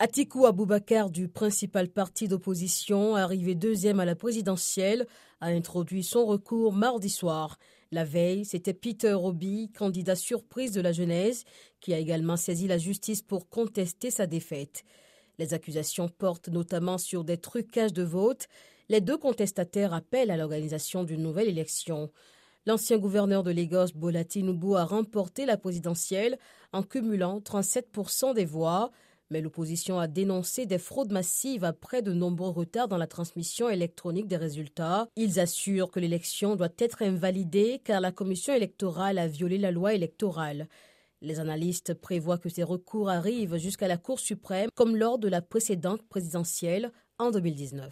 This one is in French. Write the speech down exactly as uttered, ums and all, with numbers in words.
Atikou Abubakar du principal parti d'opposition, arrivé deuxième à la présidentielle, a introduit son recours mardi soir. La veille, c'était Peter Obi, candidat surprise de la jeunesse, qui a également saisi la justice pour contester sa défaite. Les accusations portent notamment sur des trucages de vote. Les deux contestataires appellent à l'organisation d'une nouvelle élection. L'ancien gouverneur de Lagos, Bola Tinubu, a remporté la présidentielle en cumulant trente-sept pour cent des voix. Mais l'opposition a dénoncé des fraudes massives après de nombreux retards dans la transmission électronique des résultats. Ils assurent que l'élection doit être invalidée car la commission électorale a violé la loi électorale. Les analystes prévoient que ces recours arrivent jusqu'à la Cour suprême comme lors de la précédente présidentielle en deux mille dix-neuf.